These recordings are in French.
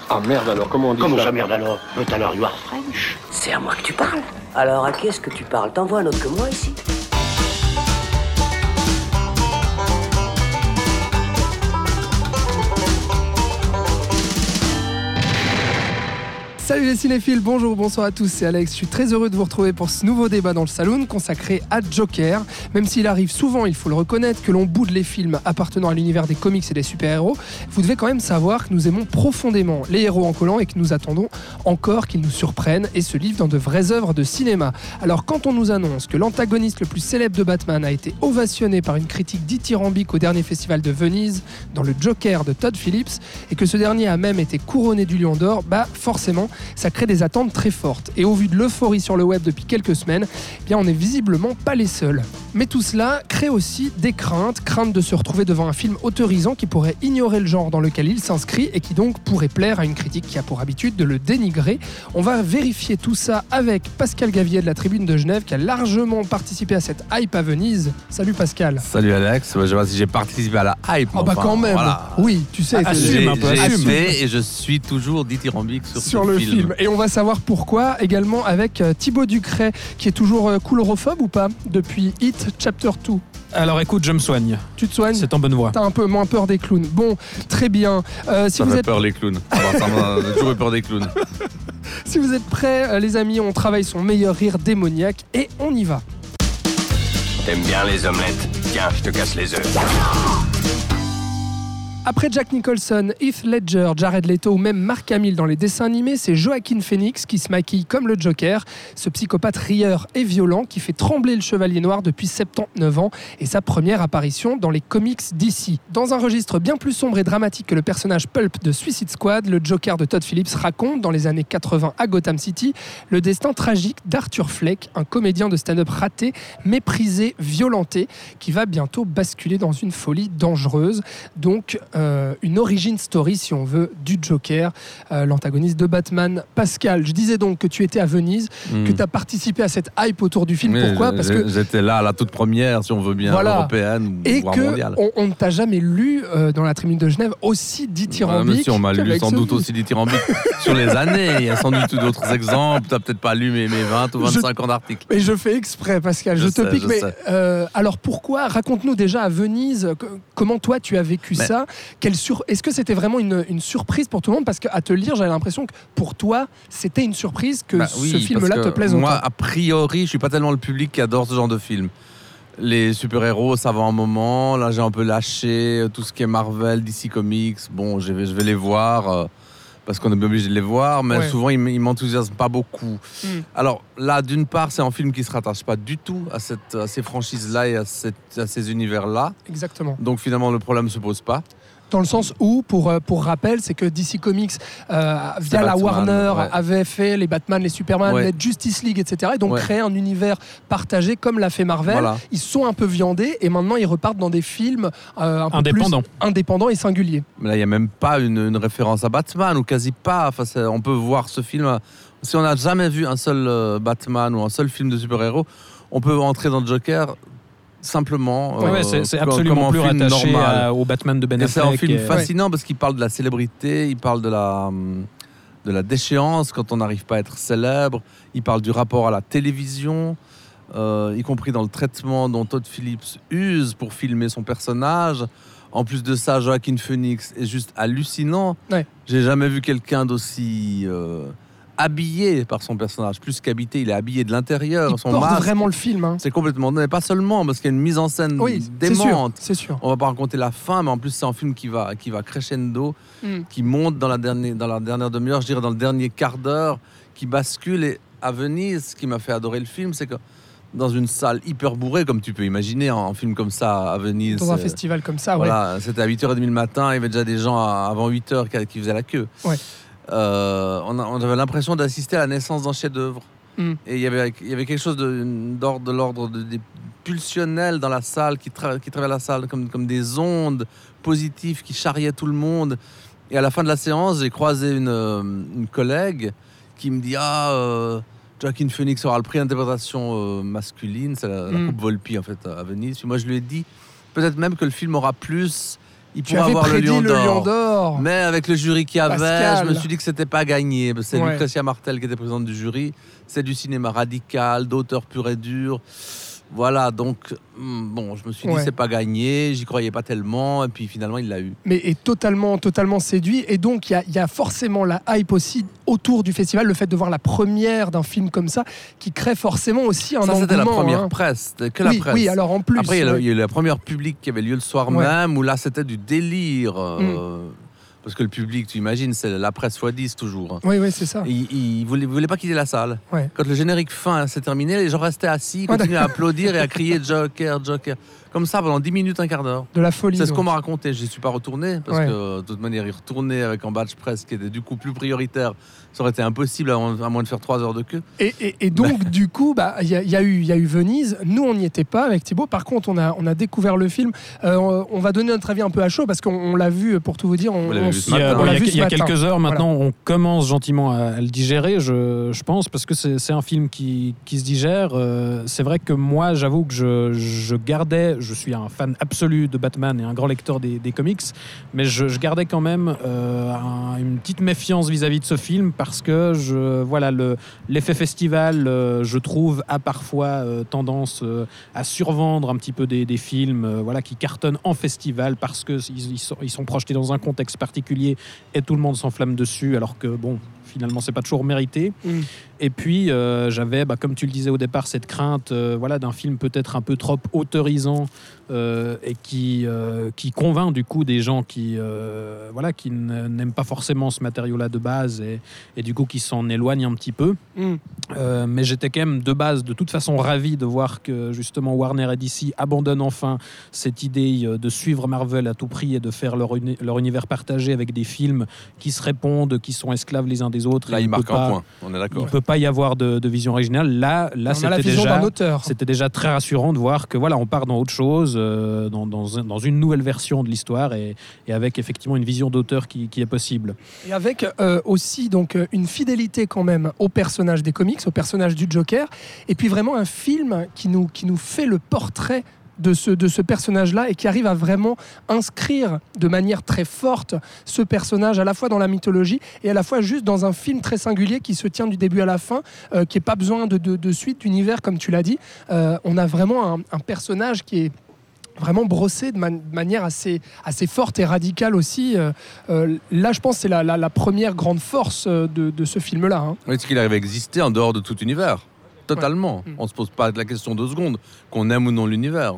Ah merde alors, comment on dit Comment ça? ça merde alors? But alors you are French. C'est à moi que tu parles. Alors à qui est-ce que tu parles? T'en vois un autre que moi ici? Salut les cinéphiles, bonjour, bonsoir à tous, c'est Alex. Je suis très heureux de vous retrouver pour ce nouveau débat dans le Saloon consacré à Joker. Même s'il arrive souvent, il faut le reconnaître, que l'on boude les films appartenant à l'univers des comics et des super-héros, vous devez quand même savoir que nous aimons profondément les héros en collant et que nous attendons encore qu'ils nous surprennent et se livrent dans de vraies œuvres de cinéma. Alors quand on nous annonce que l'antagoniste le plus célèbre de Batman a été ovationné par une critique dithyrambique au dernier festival de Venise dans le Joker de Todd Phillips et que ce dernier a même été couronné du Lion d'Or, forcément ça crée des attentes très fortes. Et au vu de l'euphorie sur le web depuis quelques semaines, on n'est visiblement pas les seuls. Mais tout cela crée aussi des craintes de se retrouver devant un film autorisant qui pourrait ignorer le genre dans lequel il s'inscrit et qui donc pourrait plaire à une critique qui a pour habitude de le dénigrer. On va vérifier tout ça avec Pascal Gavier de la Tribune de Genève qui a largement participé à cette hype à Venise. Salut Pascal. Salut Alex, je sais pas si j'ai participé à la hype. Quand même. Voilà. Oui, tu sais. Assume un peu. Et je suis toujours dithyrambique sur le film. Et on va savoir pourquoi également avec Thibaut Ducret qui est toujours couleurophobe ou pas depuis Hit Chapter 2. Alors écoute, je me soigne. Tu te soignes? C'est en bonne voie. T'as un peu moins peur des clowns. Bon, très bien. Ça fait peur les clowns. J'ai toujours eu peur des clowns. Si vous êtes prêts, les amis, on travaille son meilleur rire démoniaque et on y va. T'aimes bien les omelettes? Tiens, je te casse les œufs. Après Jack Nicholson, Heath Ledger, Jared Leto ou même Mark Hamill dans les dessins animés, c'est Joaquin Phoenix qui se maquille comme le Joker, ce psychopathe rieur et violent qui fait trembler le Chevalier Noir depuis 79 ans et sa première apparition dans les comics DC. Dans un registre bien plus sombre et dramatique que le personnage Pulp de Suicide Squad, le Joker de Todd Phillips raconte, dans les années 80 à Gotham City, le destin tragique d'Arthur Fleck, un comédien de stand-up raté, méprisé, violenté, qui va bientôt basculer dans une folie dangereuse. Donc, une origin story, si on veut, du Joker, l'antagoniste de Batman. Pascal, je disais donc que tu étais à Venise, que tu as participé à cette hype autour du film. Pourquoi? Parce que j'étais là à la toute première, si on veut bien, européenne ou voire mondiale. Et qu'on ne t'a jamais lu dans la Tribune de Genève aussi dithyrambique. Même si on m'a lu sans doute aussi dithyrambique sur les années. Il y a sans doute d'autres exemples. Tu n'as peut-être pas lu mes 20 ou 25 ans d'articles. Mais je fais exprès, Pascal. Je te pique. Mais alors pourquoi? Raconte-nous déjà à Venise, comment toi tu as vécu ça? Est-ce que c'était vraiment une surprise pour tout le monde? Parce qu'à te lire, j'avais l'impression que pour toi, c'était une surprise que ce film-là te plaise autant. Moi, a priori, je suis pas tellement le public qui adore ce genre de film. Les super-héros, ça va un moment. Là, j'ai un peu lâché tout ce qui est Marvel, DC Comics. Bon, je vais les voir parce qu'on est bien obligé de les voir, mais souvent, ils m'enthousiasment pas beaucoup. Alors là, d'une part, c'est un film qui se rattache pas du tout à ces franchises-là et à ces univers-là. Exactement. Donc finalement, le problème se pose pas. Dans le sens où, pour rappel, c'est que DC Comics, via la Warner, avait fait les Batman, les Superman, les Justice League, etc. Et donc créé un univers partagé comme l'a fait Marvel. Voilà. Ils sont un peu viandés et maintenant ils repartent dans des films un peu plus indépendants et singuliers. Mais là, il n'y a même pas une référence à Batman, ou quasi pas. Enfin, on peut voir ce film. Si on n'a jamais vu un seul Batman ou un seul film de super-héros, on peut entrer dans Joker simplement. C'est absolument plus rattaché au Batman de Ben Affleck. C'est un film fascinant parce qu'il parle de la célébrité, il parle de la déchéance quand on n'arrive pas à être célèbre, il parle du rapport à la télévision, y compris dans le traitement dont Todd Phillips use pour filmer son personnage. En plus de ça, Joaquin Phoenix est juste hallucinant. J'ai jamais vu quelqu'un d'aussi habillé par son personnage, plus qu'habité, il est habillé de l'intérieur. Il porte vraiment le film. C'est complètement, mais pas seulement, parce qu'il y a une mise en scène démente. C'est sûr. On va pas raconter la fin, mais en plus c'est un film qui va crescendo, qui monte dans la dernière demi-heure, je dirais dans le dernier quart d'heure, qui bascule. Et à Venise, ce qui m'a fait adorer le film, c'est que dans une salle hyper bourrée, comme tu peux imaginer, un film comme ça à Venise. Dans un festival comme ça, c'était à 8h30 le matin, il y avait déjà des gens avant 8h qui faisaient la queue. On avait l'impression d'assister à la naissance d'un chef-d'œuvre. Et il y avait quelque chose de l'ordre des pulsionnel dans la salle, qui traverse la salle comme des ondes positives qui charriaient tout le monde. Et à la fin de la séance, j'ai croisé une collègue qui me dit Joaquin Phoenix aura le prix d'interprétation masculine, c'est la Coupe Volpi en fait à Venise. Puis moi je lui ai dit peut-être même que le film aura plus il pourrait avoir le Lion d'Or. Mais avec le jury qu'il y avait, Pascal. je me suis dit que c'était pas gagné. C'est Lucretia Martel qui était présidente du jury. C'est du cinéma radical, d'auteur pur et dur. Voilà, donc bon, je me suis dit c'est pas gagné, j'y croyais pas tellement, et puis finalement il l'a eu. Mais est totalement séduit, et donc il y a forcément la hype aussi autour du festival, le fait de voir la première d'un film comme ça, qui crée forcément aussi un engouement. Ça c'était la première presse, c'était que la presse. Oui, alors en plus. Après il y a eu la première publique qui avait lieu le soir même, où là c'était du délire. Parce que le public, tu imagines, c'est la presse x10 toujours. Oui, c'est ça. Il voulait pas quitter la salle. Ouais. Quand le générique fin s'est terminé, les gens restaient assis, continuaient à applaudir et à crier Joker, Joker. Comme ça pendant 10 minutes, un quart d'heure. De la folie. C'est ce qu'on m'a raconté. Je n'y suis pas retourné parce que de toute manière, y retourner avec un badge presse qui était du coup plus prioritaire, ça aurait été impossible à moins de faire 3 heures de queue. Et donc, du coup, il y a eu Venise. Nous, on n'y était pas avec Thibaut. Par contre, on a découvert le film. On va donner notre avis un peu à chaud parce qu'on l'a vu, pour tout vous dire. Il y a quelques heures maintenant, on commence gentiment à le digérer, je pense, parce que c'est un film qui se digère. C'est vrai que moi, j'avoue que je gardais... Je suis un fan absolu de Batman et un grand lecteur des comics, mais je gardais quand même une petite méfiance vis-à-vis de ce film parce que l'effet festival, je trouve, a parfois tendance à survendre un petit peu des films qui cartonnent en festival parce qu'ils sont projetés dans un contexte particulier et tout le monde s'enflamme dessus, alors que finalement c'est pas toujours mérité. Et puis j'avais, comme tu le disais au départ, cette crainte d'un film peut-être un peu trop autorisant et qui convainc du coup des gens qui n'aiment pas forcément ce matériau-là de base et du coup qui s'en éloignent un petit peu. Mais j'étais quand même de base de toute façon ravi de voir que justement Warner et DC abandonnent enfin cette idée de suivre Marvel à tout prix et de faire leur univers partagé avec des films qui se répondent, qui sont esclaves les uns des autres. Là, il marque un point, on est d'accord. Il ne peut pas y avoir de vision originale. Là c'était déjà très rassurant de voir que on part dans autre chose, dans une nouvelle version de l'histoire et avec effectivement une vision d'auteur qui est possible. Et avec aussi donc une fidélité quand même au personnage des comics, au personnage du Joker, et puis vraiment un film qui nous fait le portrait de ce personnage-là et qui arrive à vraiment inscrire de manière très forte ce personnage à la fois dans la mythologie et à la fois juste dans un film très singulier qui se tient du début à la fin, qui n'est pas besoin de suite d'univers comme tu l'as dit. On a vraiment un personnage qui est vraiment brossé de manière assez forte et radicale aussi. Là, je pense que c'est la première grande force de ce film-là. Hein. Oui, c'est qu'il arrive à exister en dehors de tout univers. Totalement. On ne se pose pas la question 2 secondes qu'on aime ou non l'univers.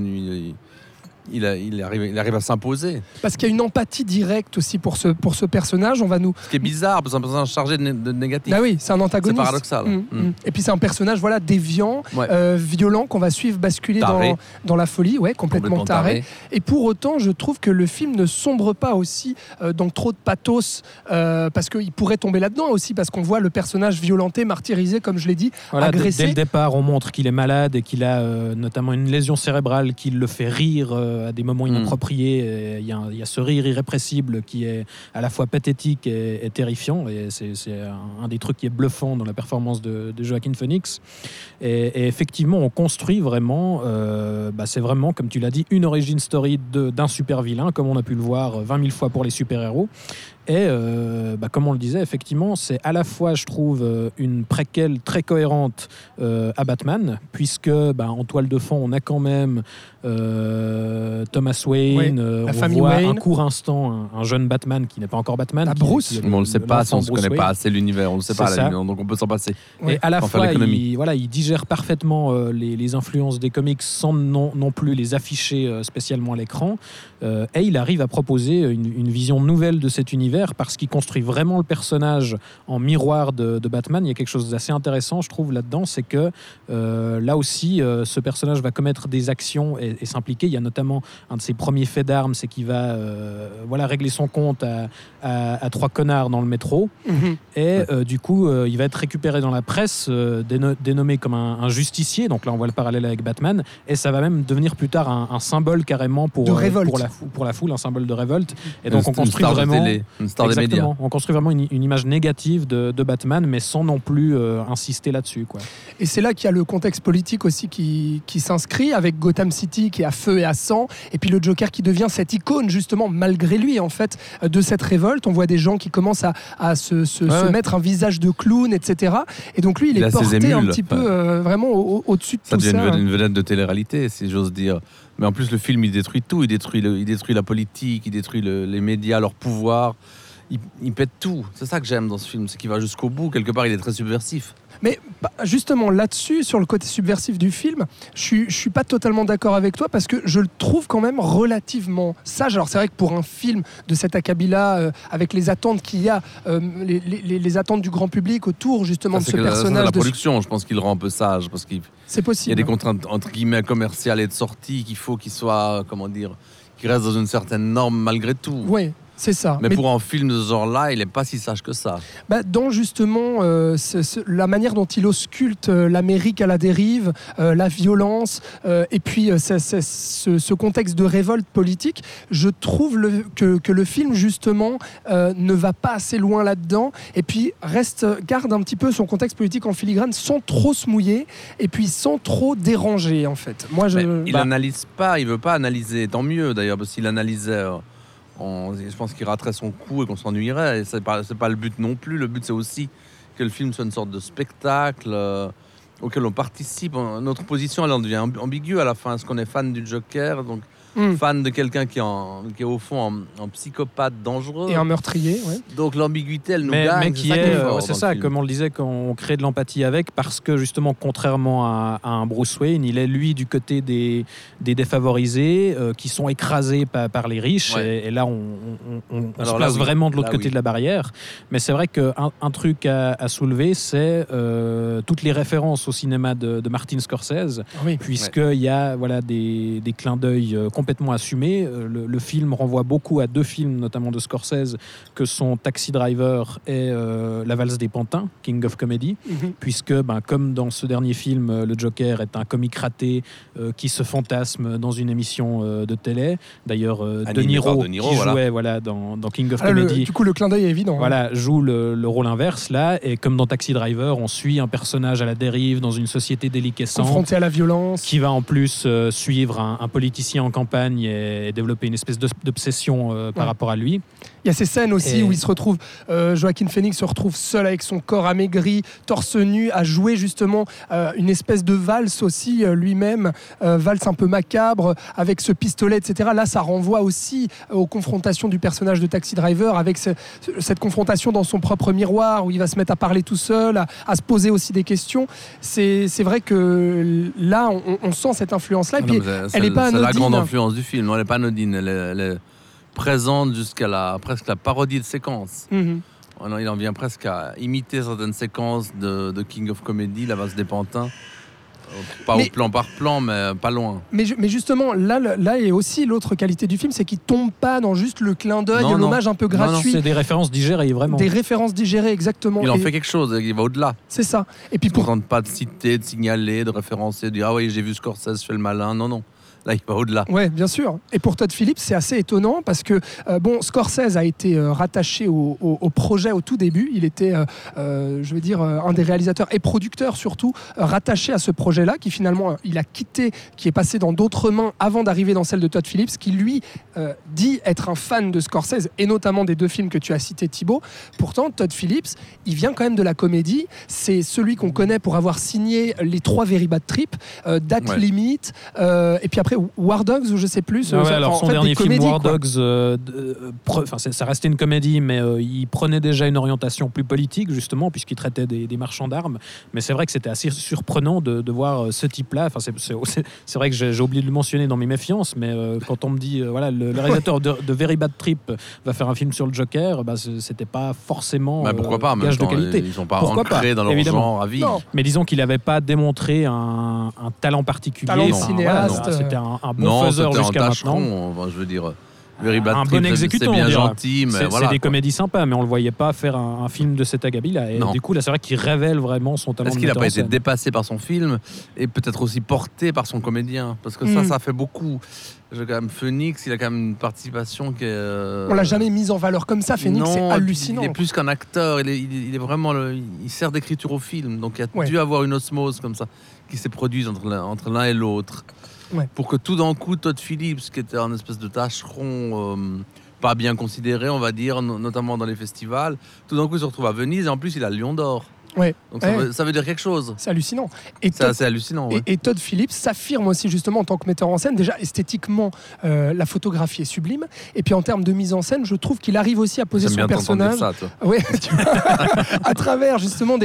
Il arrive à s'imposer. Parce qu'il y a une empathie directe aussi pour ce personnage. On va nous... Ce qui est bizarre, parce que c'est un personnage chargé de négatif. Bah oui, c'est un antagoniste. C'est paradoxal. Et puis c'est un personnage déviant, violent, qu'on va suivre basculer dans la folie, complètement taré. Et pour autant, je trouve que le film ne sombre pas aussi dans trop de pathos, parce qu'il pourrait tomber là-dedans aussi, parce qu'on voit le personnage violenté, martyrisé, comme je l'ai dit, agressé. Dès le départ, on montre qu'il est malade et qu'il a notamment une lésion cérébrale qui le fait rire à des moments inappropriés. Il y a ce rire irrépressible qui est à la fois pathétique et terrifiant, et c'est un des trucs qui est bluffant dans la performance de Joaquin Phoenix. Et effectivement, on construit vraiment, c'est vraiment, comme tu l'as dit, une origin story d'un super vilain, comme on a pu le voir 20 000 fois pour les super-héros. Et comme on le disait, effectivement, c'est à la fois, je trouve, une préquelle très cohérente à Batman, puisque en toile de fond, on a quand même Thomas Wayne, on voit Wayne. Un court instant un jeune Batman qui n'est pas encore Batman. Bruce. On ne le sait pas, on ne connaît pas assez l'univers, on ne le sait pas, donc on peut s'en passer. Et à la fois, il digère parfaitement les influences des comics sans non plus les afficher spécialement à l'écran. Et il arrive à proposer une vision nouvelle de cet univers parce qu'il construit vraiment le personnage en miroir de Batman. Il y a quelque chose d'assez intéressant, je trouve, là-dedans, c'est que là aussi, ce personnage va commettre des actions et s'impliquer. Il y a notamment un de ses premiers faits d'armes, c'est qu'il va régler son compte à 3 connards dans le métro. Et du coup, il va être récupéré dans la presse, dénommé comme un justicier. Donc là, on voit le parallèle avec Batman. Et ça va même devenir plus tard un symbole carrément pour la foule, un symbole de révolte. Et donc on construit vraiment une star des médias. On construit vraiment une image négative de Batman, mais sans non plus insister là-dessus, quoi. Et c'est là qu'il y a le contexte politique aussi qui s'inscrit, avec Gotham City qui est à feu et à sang, et puis le Joker qui devient cette icône, justement, malgré lui, en fait, de cette révolte. On voit des gens qui commencent à se mettre un visage de clown, etc. Et donc lui, il est porté un petit peu vraiment au-dessus de tout ça. Ça devient une vedette de télé-réalité, si j'ose dire. Mais en plus, le film, il détruit tout. Il détruit la politique, il détruit les médias, leur pouvoir. Il pète tout. C'est ça que j'aime dans ce film, c'est qu'il va jusqu'au bout. Quelque part, il est très subversif. Mais justement, là-dessus, sur le côté subversif du film, je suis pas totalement d'accord avec toi, parce que je le trouve quand même relativement sage. Alors c'est vrai que pour un film de cet acabit-là, avec les attentes qu'il y a, les attentes du grand public autour justement de ce personnage... La production, je pense qu'il le rend un peu sage, parce qu'il c'est possible. Il y a des contraintes entre guillemets commerciales et de sortie qu'il faut qu'il soit, qu'il reste dans une certaine norme malgré tout. Oui. C'est ça. Mais pour un film de ce genre-là, il n'est pas si sage que ça. Dans justement la manière dont il ausculte l'Amérique à la dérive, la violence, et puis ce contexte de révolte politique, je trouve que le film justement ne va pas assez loin là-dedans, et puis garde un petit peu son contexte politique en filigrane sans trop se mouiller, et puis sans trop déranger en fait. Moi, il n'analyse pas, il veut pas analyser, tant mieux d'ailleurs, parce qu'il analysait... je pense qu'il raterait son coup et qu'on s'ennuierait. Et c'est pas le but non plus. Le but, c'est aussi que le film soit une sorte de spectacle auquel on participe. Notre position, elle en devient ambiguë à la fin. Est-ce qu'on est fan du Joker, donc fan de quelqu'un qui est au fond un psychopathe dangereux. Et un meurtrier, ouais. Donc l'ambiguïté, elle nous gagne. Mais qui c'est ça, comme on le disait, qu'on crée de l'empathie avec, parce que justement, contrairement à un Bruce Wayne, il est lui du côté des défavorisés, qui sont écrasés par les riches. Ouais. Et là, on se place vraiment de l'autre côté de la barrière. Mais c'est vrai qu'un truc à soulever, c'est toutes les références au cinéma de Martin Scorsese, puisqu'il y a des clins d'œil complètement assumé. Le film renvoie beaucoup à deux films, notamment de Scorsese, que sont Taxi Driver et La Valse des Pantins, King of Comedy, puisque, comme dans ce dernier film, le Joker est un comique raté qui se fantasme dans une émission de télé. D'ailleurs, De Niro qui jouait dans King of Comedy. Du coup, le clin d'œil est évident. Joue le rôle inverse, là, et comme dans Taxi Driver, on suit un personnage à la dérive dans une société déliquescente. Confronté à la violence. Qui va en plus suivre un politicien en campagne et développer une espèce d'obsession par rapport à lui. Il y a ces scènes aussi où il se retrouve, Joaquin Phoenix se retrouve seul avec son corps amaigri, torse nu, à jouer justement une espèce de valse aussi lui-même, valse un peu macabre, avec ce pistolet, etc. Là, ça renvoie aussi aux confrontations du personnage de Taxi Driver, avec cette confrontation dans son propre miroir, où il va se mettre à parler tout seul, à se poser aussi des questions. C'est vrai que là, on sent cette influence-là, et puis elle n'est pas anodine. C'est la grande influence du film, elle n'est pas anodine, elle est présente jusqu'à presque la parodie de séquences. Il en vient presque à imiter certaines séquences de King of Comedy, La Valse des Pantins. Pas au plan par plan, mais pas loin. Mais justement, là est aussi l'autre qualité du film, c'est qu'il tombe pas dans juste le clin d'œil, l'hommage un peu gratuit. C'est des références digérées, vraiment. Des références digérées, exactement. Il en fait quelque chose, il va au-delà. C'est ça. Et puis il ne se contente pas de citer, de signaler, de référencer, de dire « Ah oui, j'ai vu Scorsese, je fais le malin ». Non. Là, il va au-delà. Oui, bien sûr. Et pour Todd Phillips, c'est assez étonnant parce que Scorsese a été rattaché au projet au tout début. Il était, un des réalisateurs et producteurs surtout, rattaché à ce projet-là, qui finalement, il a quitté, qui est passé dans d'autres mains avant d'arriver dans celle de Todd Phillips, qui lui dit être un fan de Scorsese et notamment des deux films que tu as cités, Thibaut. Pourtant, Todd Phillips, il vient quand même de la comédie. C'est celui qu'on connaît pour avoir signé les 3 Very Bad Trip, Date Limit, et puis après War Dogs, ou je sais plus. Son dernier film War Dogs, ça restait une comédie, mais il prenait déjà une orientation plus politique, justement, puisqu'il traitait des marchands d'armes. Mais c'est vrai que c'était assez surprenant de voir ce type-là. C'est vrai que j'ai oublié de le mentionner dans mes méfiances, mais quand on me dit, le réalisateur de Very Bad Trip va faire un film sur le Joker, c'était pas forcément pourquoi pas, gage de qualité. Ils sont pas ancrés dans leur genre à vie. Mais disons qu'il n'avait pas démontré un talent particulier. Talent de cinéaste. C'était un bon faiseur jusqu'à maintenant. Je veux dire, un bon exécutant. C'est bien gentil, mais c'est des comédies sympas, mais on le voyait pas faire un film de cet acabit-là. Et du coup, là, c'est vrai qu'il révèle vraiment son talent. Est-ce qu'il n'a pas été dépassé par son film et peut-être aussi porté par son comédien? Parce que ça fait beaucoup. Quand même, Phoenix, il a quand même une participation qui est... On l'a jamais mise en valeur comme ça. Phoenix, c'est hallucinant. Il est plus qu'un acteur. Il est vraiment... il sert d'écriture au film. Donc, il a dû avoir une osmose comme ça qui s'est produite entre l'un et l'autre. Ouais. Pour que tout d'un coup, Todd Phillips, qui était un espèce de tâcheron pas bien considéré, on va dire, notamment dans les festivals, tout d'un coup, il se retrouve à Venise et en plus, il a le Lion d'Or. Ouais. Donc ça veut dire quelque chose. C'est hallucinant. C'est assez hallucinant. Ouais. Et Todd Phillips s'affirme aussi justement en tant que metteur en scène. Déjà esthétiquement, la photographie est sublime. Et puis en termes de mise en scène, je trouve qu'il arrive aussi à poser son personnage. Ça, toi. Ouais, à travers justement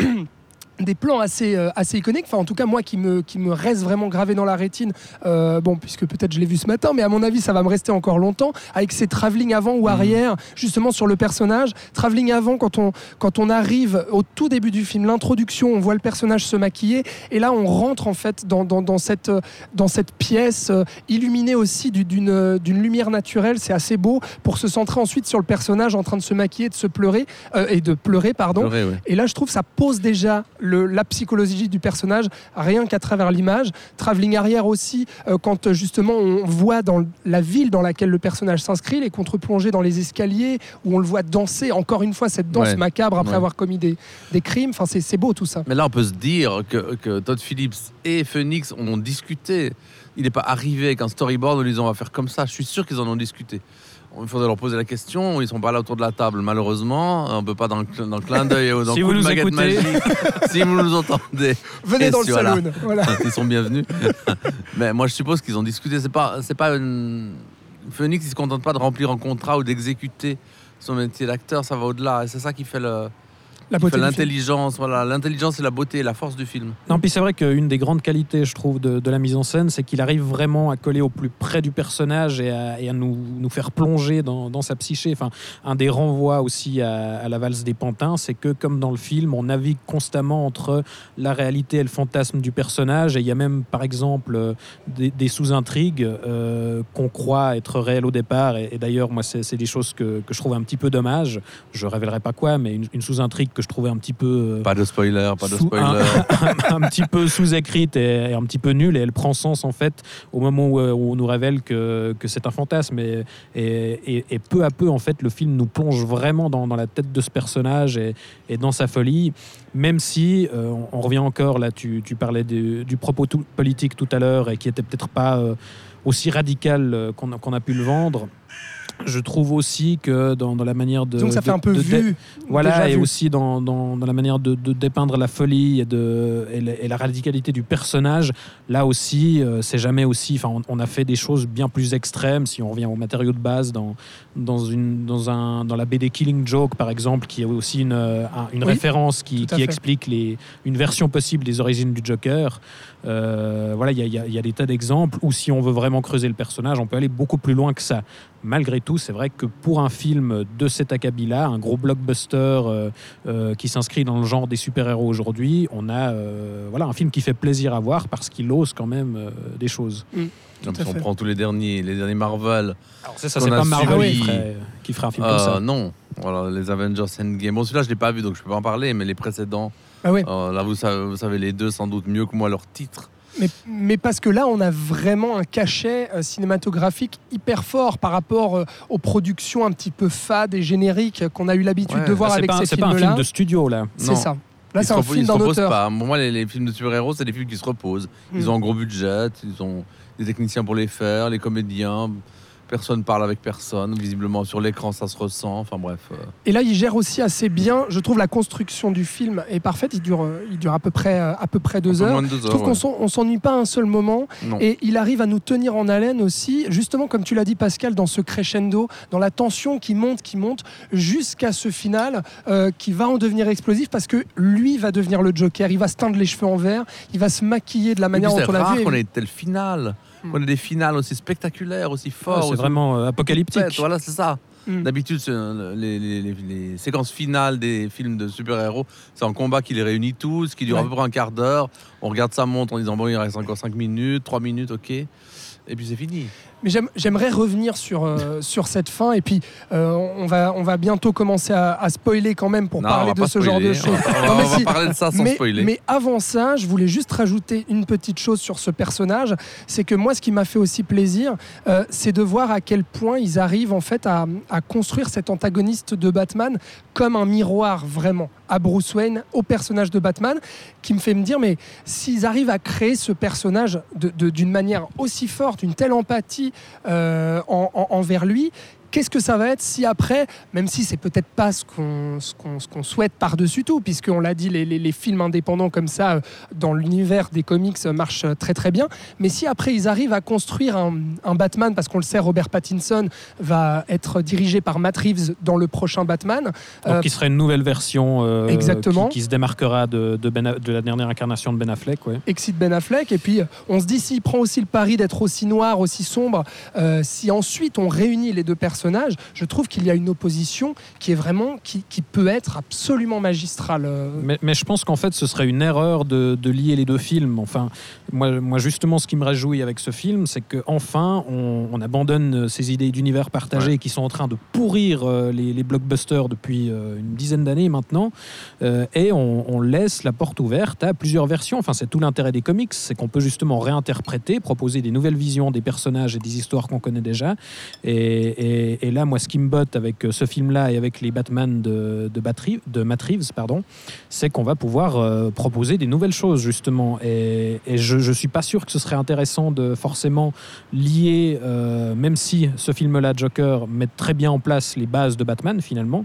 des plans assez iconiques, enfin en tout cas moi qui me reste vraiment gravé dans la rétine, puisque peut-être je l'ai vu ce matin, mais à mon avis ça va me rester encore longtemps, avec ces travelling avant ou arrière justement sur le personnage. Travelling avant quand on arrive au tout début du film, l'introduction, on voit le personnage se maquiller et là on rentre en fait dans cette pièce illuminée aussi d'une lumière naturelle. C'est assez beau pour se centrer ensuite sur le personnage en train de se maquiller, de pleurer. Pleurer, oui. Et là je trouve ça pose déjà la psychologie du personnage rien qu'à travers l'image. Travelling arrière aussi, quand justement on voit dans la ville dans laquelle le personnage s'inscrit, les contre-plongées dans les escaliers où on le voit danser, encore une fois cette danse macabre après avoir commis des crimes. Enfin, c'est beau tout ça. Mais là on peut se dire que Todd Phillips et Phoenix ont discuté. Il n'est pas arrivé avec un storyboard en lui disant on va faire comme ça. Je suis sûr qu'ils en ont discuté. Il faudrait leur poser la question. Ils ne sont pas là autour de la table, malheureusement. On ne peut pas dans le clin d'œil ou dans si le coup de baguette écoutez. Magique. Si vous nous entendez, venez dans le salon. Voilà. Ils sont bienvenus. Mais moi, je suppose qu'ils ont discuté. C'est pas une... Phoenix, il ne se contente pas de remplir un contrat ou d'exécuter son métier d'acteur. Ça va au-delà. Et c'est ça qui fait l'intelligence, l'intelligence et la beauté et la force du film. Non, puis c'est vrai qu'une des grandes qualités, je trouve, de la mise en scène, c'est qu'il arrive vraiment à coller au plus près du personnage et à nous faire plonger dans sa psyché. Enfin, un des renvois aussi à la valse des pantins, c'est que comme dans le film, on navigue constamment entre la réalité et le fantasme du personnage. Et il y a même, par exemple, des sous-intrigues qu'on croit être réelles au départ. Et d'ailleurs, moi, c'est des choses que je trouve un petit peu dommage. Je ne révélerai pas quoi, mais une sous-intrigue que je trouvais un petit peu... Pas de spoiler. Un petit peu sous-écrite et un petit peu nulle, et elle prend sens en fait au moment où on nous révèle que c'est un fantasme. Et peu à peu, en fait, le film nous plonge vraiment dans la tête de ce personnage et dans sa folie, même si, on revient encore, là, tu parlais du propos politique tout à l'heure, et qui était peut-être pas aussi radical qu'on a pu le vendre. Je trouve aussi que dans la manière de... Donc ça fait un peu vu. Voilà, et aussi dans la manière de dépeindre la folie et la radicalité du personnage, là aussi, c'est jamais aussi... Enfin, on a fait des choses bien plus extrêmes, si on revient aux matériaux de base, dans la BD Killing Joke, par exemple, qui est aussi une référence qui explique une version possible des origines du Joker. Voilà, il y a des tas d'exemples où, si on veut vraiment creuser le personnage, on peut aller beaucoup plus loin que ça. Malgré tout, c'est vrai que pour un film de cet acabit-là, un gros blockbuster qui s'inscrit dans le genre des super-héros aujourd'hui, on a un film qui fait plaisir à voir parce qu'il ose quand même des choses. Si on prend tous les derniers Marvel... Alors c'est pas Marvel qui ferait un film comme ça. Non, voilà, les Avengers Endgame. Bon, celui-là, je ne l'ai pas vu, donc je ne peux pas en parler, mais les précédents... là, vous savez les deux sans doute mieux que moi leur titre. Mais parce que là, on a vraiment un cachet cinématographique hyper fort par rapport aux productions un petit peu fades et génériques qu'on a eu l'habitude de voir avec ces films-là. C'est pas un film de studio, là. C'est ça. Là, c'est un film d'un auteur. Pas. Pour moi, les films de super-héros, c'est des films qui se reposent. Ils ont un gros budget, ils ont des techniciens pour les faire, les comédiens... Personne parle avec personne, visiblement sur l'écran ça se ressent, enfin bref. Et là il gère aussi assez bien, je trouve la construction du film est parfaite, il dure à peu près 2 heures. Je trouve qu'on s'ennuie pas un seul moment. Non. Et il arrive à nous tenir en haleine aussi, justement comme tu l'as dit Pascal, dans ce crescendo, dans la tension qui monte jusqu'à ce final qui va en devenir explosif parce que lui va devenir le Joker, il va se teindre les cheveux en vert, il va se maquiller de la manière dont on l'a vu. C'est rare qu'on ait tel final. On a des finales aussi spectaculaires, aussi forts. C'est vraiment apocalyptique. Voilà, c'est ça. D'habitude, les séquences finales des films de super-héros, c'est un combat qui les réunit tous, qui dure à peu près un quart d'heure. On regarde sa montre en disant bon, il reste encore 5 minutes, 3 minutes, ok. Et puis c'est fini. Mais j'aimerais revenir sur cette fin et puis on va bientôt commencer à spoiler quand même pour parler de ce genre de choses. On va parler de ça sans spoiler. Mais avant ça, je voulais juste rajouter une petite chose sur ce personnage, c'est que moi ce qui m'a fait aussi plaisir, c'est de voir à quel point ils arrivent en fait à construire cet antagoniste de Batman comme un miroir vraiment à Bruce Wayne, au personnage de Batman, qui me fait me dire mais s'ils arrivent à créer ce personnage d'une manière aussi forte, une telle empathie envers lui, qu'est-ce que ça va être si après, même si c'est peut-être pas ce qu'on souhaite par-dessus tout, puisqu'on l'a dit, les films indépendants comme ça, dans l'univers des comics, marchent très très bien, mais si après ils arrivent à construire un Batman, parce qu'on le sait, Robert Pattinson va être dirigé par Matt Reeves dans le prochain Batman. Donc qui serait une nouvelle version exactement. Qui se démarquera de la dernière incarnation de Ben Affleck. Ouais. Exit Ben Affleck, et puis on se dit, s'il prend aussi le pari d'être aussi noir, aussi sombre, si ensuite on réunit les deux personnages, je trouve qu'il y a une opposition qui est vraiment qui peut être absolument magistrale. Mais je pense qu'en fait ce serait une erreur de lier les deux films. Enfin, moi justement ce qui me réjouit avec ce film, c'est qu'enfin on abandonne ces idées d'univers partagé qui sont en train de pourrir les blockbusters depuis une dizaine d'années maintenant, et on laisse la porte ouverte à plusieurs versions. Enfin, c'est tout l'intérêt des comics, c'est qu'on peut justement réinterpréter, proposer des nouvelles visions des personnages et des histoires qu'on connaît déjà. Et là, moi, ce qui me botte avec ce film-là et avec les Batman de Matt Reeves, c'est qu'on va pouvoir proposer des nouvelles choses, justement. Et je suis pas sûr que ce serait intéressant de forcément lier, même si ce film-là, Joker, met très bien en place les bases de Batman, finalement.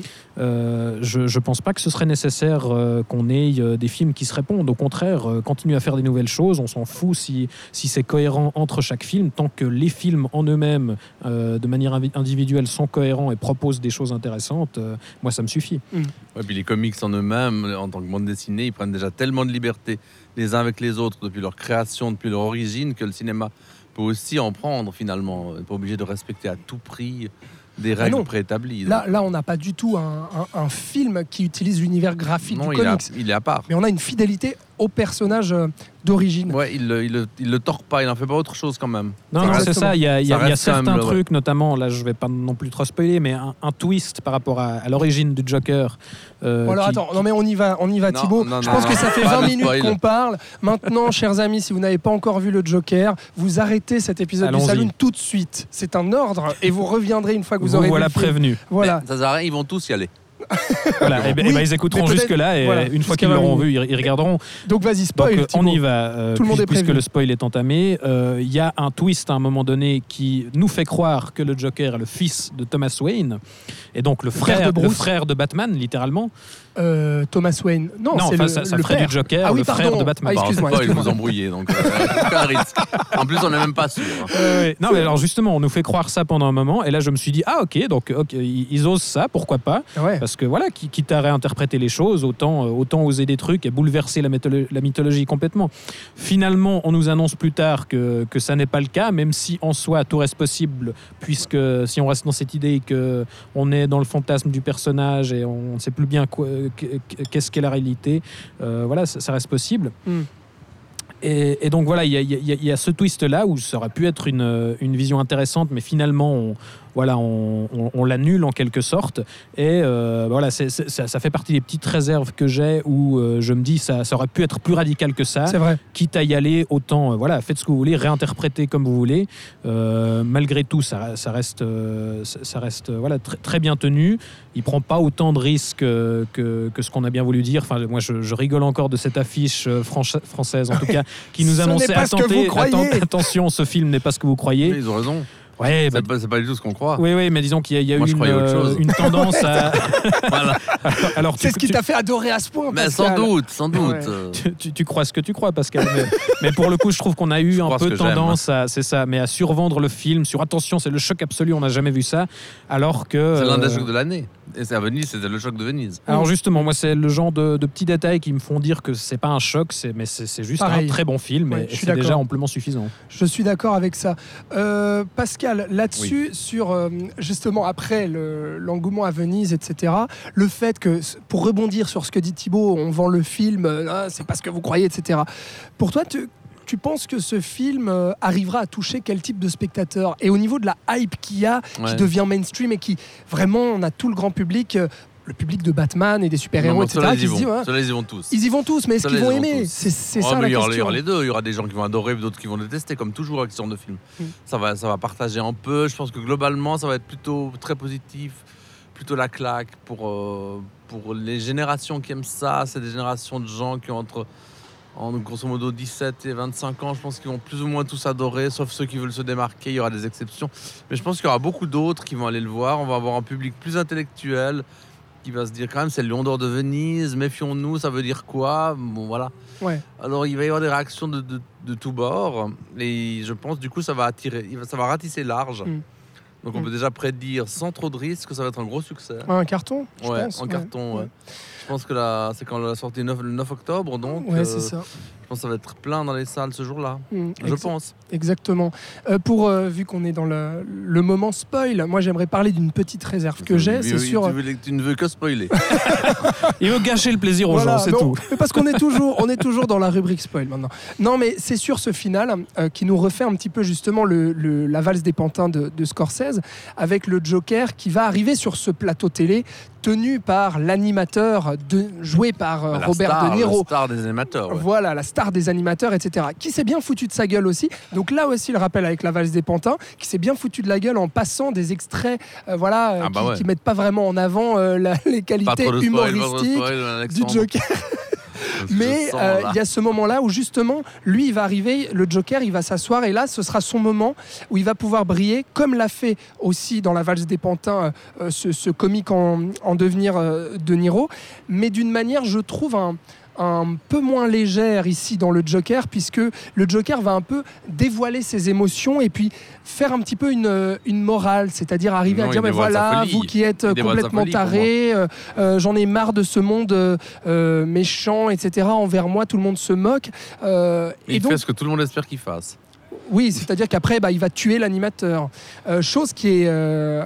Je pense pas que ce serait nécessaire qu'on ait des films qui se répondent. Au contraire, continuer à faire des nouvelles choses. On s'en fout si c'est cohérent entre chaque film, tant que les films en eux-mêmes, de manière individuelle, sont cohérents et proposent des choses intéressantes. Moi, ça me suffit. Ouais, puis les comics en eux-mêmes, en tant que bande dessinée, ils prennent déjà tellement de liberté les uns avec les autres depuis leur création, depuis leur origine, que le cinéma peut aussi en prendre finalement. On n'est pas obligé de respecter à tout prix des règles préétablies. Là, on n'a pas du tout un film qui utilise l'univers graphique du comics. Il est à part. Mais on a une fidélité au personnage d'origine. Ouais, il le tord pas, il n'en fait pas autre chose quand même. Non, c'est ça. Il y a certains trucs, notamment, là je vais pas non plus trop spoiler, mais un twist par rapport à l'origine du Joker. Attends, non mais on y va Thibaut. Je pense que ça fait 20 minutes qu'on parle. Maintenant, chers amis, si vous n'avez pas encore vu le Joker, vous arrêtez cet épisode du Saloon tout de suite. C'est un ordre et vous reviendrez une fois que vous aurez vu le film. Prévenu. Voilà. Ça sert à rien, ils vont tous y aller. Voilà, ils écouteront jusque-là et une fois qu'ils l'auront vu, ils regarderont. Donc vas-y, spoil. Donc, on y va. Tout le monde est prévenu. Puisque le spoil est entamé, il y a un twist à un moment donné qui nous fait croire que le Joker est le fils de Thomas Wayne et donc le frère de Batman, littéralement. Thomas Wayne. Non, c'est ça le ferait frère du Joker, le frère de Batman. Excuse-moi. Vous embrouillez, donc aucun risque. En plus, on n'est même pas sûr. Non, mais alors justement, on nous fait croire ça pendant un moment, et là je me suis dit, donc ils osent ça, pourquoi pas ? Parce que voilà, quitte à réinterpréter les choses, autant oser des trucs et bouleverser la mythologie complètement. Finalement, on nous annonce plus tard que ça n'est pas le cas, même si en soi tout reste possible, puisque si on reste dans cette idée qu'on est dans le fantasme du personnage et on ne sait plus bien qu'est-ce qu'est la réalité, ça reste possible. Et donc voilà, il y a ce twist là où ça aurait pu être une vision intéressante, mais finalement on l'annule en quelque sorte, et ça fait partie des petites réserves que j'ai où je me dis ça aurait pu être plus radical que ça. C'est vrai. Quitte à y aller, autant faites ce que vous voulez, réinterprétez comme vous voulez. Malgré tout, ça reste très, très bien tenu. Il prend pas autant de risques que ce qu'on a bien voulu dire. Enfin, moi je rigole encore de cette affiche française en tout cas qui nous annonçait attention, ce film n'est pas ce que vous croyez. Mais ils ont raison. Ouais, c'est pas du tout ce qu'on croit. Oui, mais disons qu'il y a eu une tendance à. Voilà. Alors, c'est ce qui t'a fait adorer à ce point. Mais sans doute. Ouais. Tu crois ce que tu crois, Pascal. Mais pour le coup, je trouve qu'on a eu un peu tendance à survendre le film. Sur attention, c'est le choc absolu, on n'a jamais vu ça. Alors que. C'est l'un des chocs de l'année. Et c'est à Venise, c'était le choc de Venise. Alors justement, moi, c'est le genre de petits détails qui me font dire que c'est pas un choc, mais c'est juste un très bon film, et c'est déjà amplement suffisant. Je suis d'accord avec ça. Pascal, là-dessus, sur justement après l'engouement à Venise, etc., le fait que, pour rebondir sur ce que dit Thibaut, on vend le film, c'est pas ce que vous croyez, etc. Pour toi, tu penses que ce film arrivera à toucher quel type de spectateur ? Et au niveau de la hype qu'il y a, qui devient mainstream et qui, vraiment, on a tout le grand public... le public de Batman et des super-héros, etc. Ceux-là, ils y vont tous. Ils y vont tous, mais est-ce qu'ils vont aimer ? C'est ça la question. Il y aura les deux. Il y aura des gens qui vont adorer, d'autres qui vont détester, comme toujours avec ce genre de film. Ça va partager un peu. Je pense que globalement, ça va être plutôt très positif, plutôt la claque pour les générations qui aiment ça. C'est des générations de gens qui ont entre grosso modo 17 et 25 ans. Je pense qu'ils vont plus ou moins tous adorer, sauf ceux qui veulent se démarquer. Il y aura des exceptions. Mais je pense qu'il y aura beaucoup d'autres qui vont aller le voir. On va avoir un public plus intellectuel, qui va se dire quand même c'est le Lion d'Or de Venise, méfions-nous, ça veut dire quoi ? Bon voilà. Ouais. Alors il va y avoir des réactions de tous bords et je pense du coup ça va ratisser large. Donc on peut déjà prédire sans trop de risques que ça va être un gros succès. Un carton, je pense. Carton, ouais. Je pense que c'est quand la sortie le 9 octobre, donc c'est ça. je pense que ça va être plein dans les salles ce jour-là. Je pense. Exactement. Vu qu'on est dans le moment spoil, moi j'aimerais parler d'une petite réserve que j'ai. Tu ne veux que spoiler. Il veut gâcher le plaisir aux gens, c'est tout. Mais parce qu'on est toujours dans la rubrique spoil maintenant. Non, mais c'est sur ce final qui nous refait un petit peu justement la valse des pantins de Scorsese, avec le Joker qui va arriver sur ce plateau télé tenu par l'animateur joué par Robert De Niro. La star des animateurs. Ouais. Voilà, la star des animateurs, etc. Qui s'est bien foutu de sa gueule aussi. Donc là aussi, le rappel avec la valse des pantins, qui s'est bien foutu de la gueule en passant des extraits qui mettent pas vraiment en avant les qualités humoristiques du Joker. Mais il y a ce moment-là où justement, lui, il va arriver, le Joker, il va s'asseoir et là, ce sera son moment où il va pouvoir briller, comme l'a fait aussi dans la valse des pantins ce comique en devenir De Niro, mais d'une manière, je trouve, un peu moins légère ici dans le Joker, puisque le Joker va un peu dévoiler ses émotions et puis faire un petit peu une morale, c'est-à-dire arriver à dire mais voilà, vous qui êtes complètement tarés, j'en ai marre de ce monde méchant, etc. Envers moi, tout le monde se moque. Il fait ce que tout le monde espère qu'il fasse. Oui, c'est-à-dire qu'après, il va tuer l'animateur. Chose qui est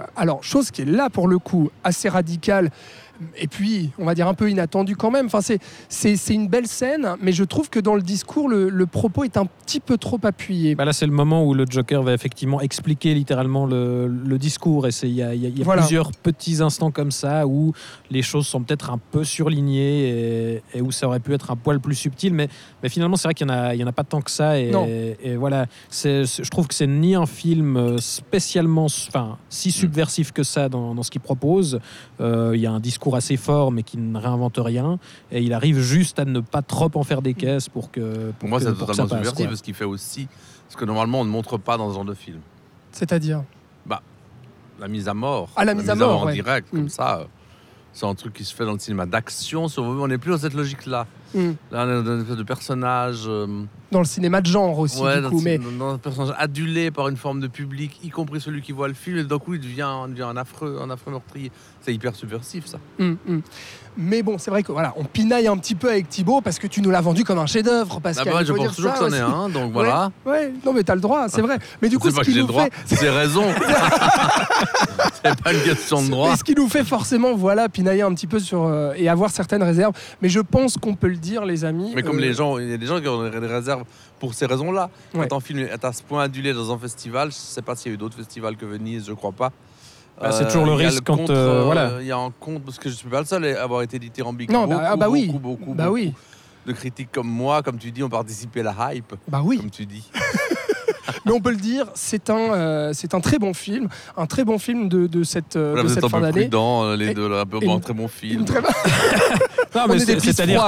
là pour le coup assez radicale. Et puis, on va dire un peu inattendu quand même. Enfin, c'est une belle scène, mais je trouve que dans le discours, le propos est un petit peu trop appuyé. Là, c'est le moment où le Joker va effectivement expliquer littéralement le discours. Et il y a plusieurs petits instants comme ça où les choses sont peut-être un peu surlignées et où ça aurait pu être un poil plus subtil. Mais finalement, c'est vrai qu'il y en a pas tant que ça. Et voilà, je trouve que c'est ni un film spécialement, si subversif que ça dans ce qu'il propose. Il y a un discours assez fort mais qui ne réinvente rien et il arrive juste à ne pas trop en faire des caisses pour moi c'est totalement subversif parce qu'il fait aussi ce que normalement on ne montre pas dans ce genre de film, c'est-à-dire la mise à mort la mise à mort en direct comme ça. C'est un truc qui se fait dans le cinéma d'action. On n'est plus dans cette logique-là. Là, on est dans une espèce de personnage... Dans le cinéma de genre aussi, du coup. Dans un personnage adulé par une forme de public, y compris celui qui voit le film. Et d'un coup, il devient un affreux meurtrier. C'est hyper subversif, ça. Mais bon, c'est vrai que on pinaille un petit peu avec Thibaut parce que tu nous l'as vendu comme un chef-d'œuvre. Je pense toujours que c'en est un, donc voilà. Ouais, non, mais t'as le droit, c'est vrai. Mais du coup, c'est pas que j'ai le droit, c'est raison. C'est pas une question de droit. Et ce qui nous fait forcément, pinailler un petit peu sur et avoir certaines réserves. Mais je pense qu'on peut le dire, les amis. Mais comme il y a des gens qui ont des réserves pour ces raisons-là. Quand un film est à ce point adulé dans un festival, je sais pas s'il y a eu d'autres festivals que Venise, je crois pas. C'est toujours le risque quand il y a un compte, parce que je suis pas le seul à avoir été dithyrambique. Beaucoup de critiques comme moi, comme tu dis, ont participé à la hype. Comme tu dis. Mais on peut le dire, c'est un très bon film, de cette fin d'année. Prudent, les deux, un très bon film. Non, mais c'est-à-dire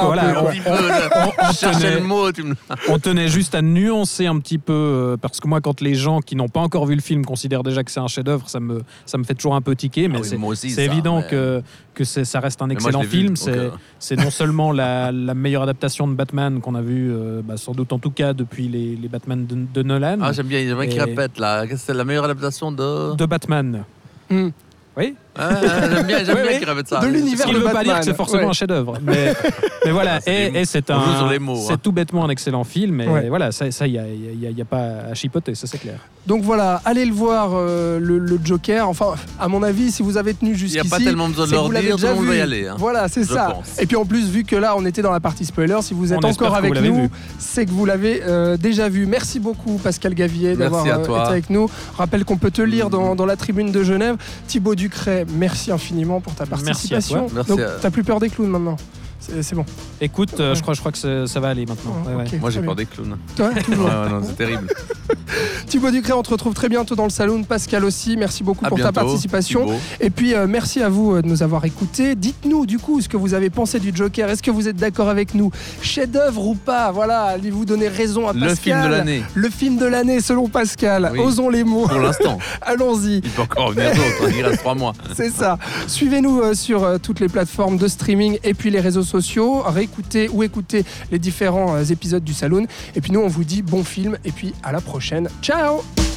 on tenait juste à nuancer un petit peu, parce que moi, quand les gens qui n'ont pas encore vu le film considèrent déjà que c'est un chef-d'œuvre, ça me fait toujours un peu tiquer, mais c'est évident que ça reste un excellent film. C'est non seulement la meilleure adaptation de Batman qu'on a vue, sans doute en tout cas depuis les Batman de Nolan. J'aime bien qu'il répète là. C'est la meilleure adaptation de Batman. Oui. J'aime bien qu'ils répètent ça. De l'univers de Batman. Ce qui ne veut pas dire que c'est forcément un chef-d'œuvre. Mais voilà, c'est tout bêtement un excellent film. Et voilà, ça, il n'y a pas à chipoter, ça c'est clair. Donc voilà, allez le voir, le Joker. Enfin, à mon avis, si vous avez tenu jusqu'ici, il n'y a pas tellement besoin de leur dire, tout le monde va y aller. Voilà, c'est ça. Et puis en plus, vu que là, on était dans la partie spoiler, si vous êtes encore avec nous, c'est que vous l'avez déjà vu. Merci beaucoup, Pascal Gavier, d'avoir été avec nous. Rappelle qu'on peut te lire dans la tribune de Genève. Thibaut Ducret, merci infiniment pour ta participation. Merci. Donc, t'as plus peur des clowns maintenant. C'est bon. Écoute, je crois que ça va aller maintenant. Okay, moi, j'ai peur des clowns. Toi, toujours. Non, c'est terrible. Thibaut Ducret, on te retrouve très bientôt dans le Saloon. Pascal aussi, merci beaucoup pour ta participation. Thibaut. Et puis, merci à vous de nous avoir écoutés. Dites-nous, du coup, ce que vous avez pensé du Joker. Est-ce que vous êtes d'accord avec nous? Chef-d'œuvre ou pas? Voilà, allez-vous donner raison à Pascal. Le film de l'année. Le film de l'année, selon Pascal. Oui. Osons les mots. Pour l'instant. Allons-y. Il peut encore revenir d'autres. Il reste 3 mois. C'est ça. Suivez-nous sur toutes les plateformes de streaming et puis les réseaux sociaux. Réécoutez ou écoutez les différents épisodes du Saloon. Et puis nous, on vous dit bon film et puis à la prochaine. Ciao!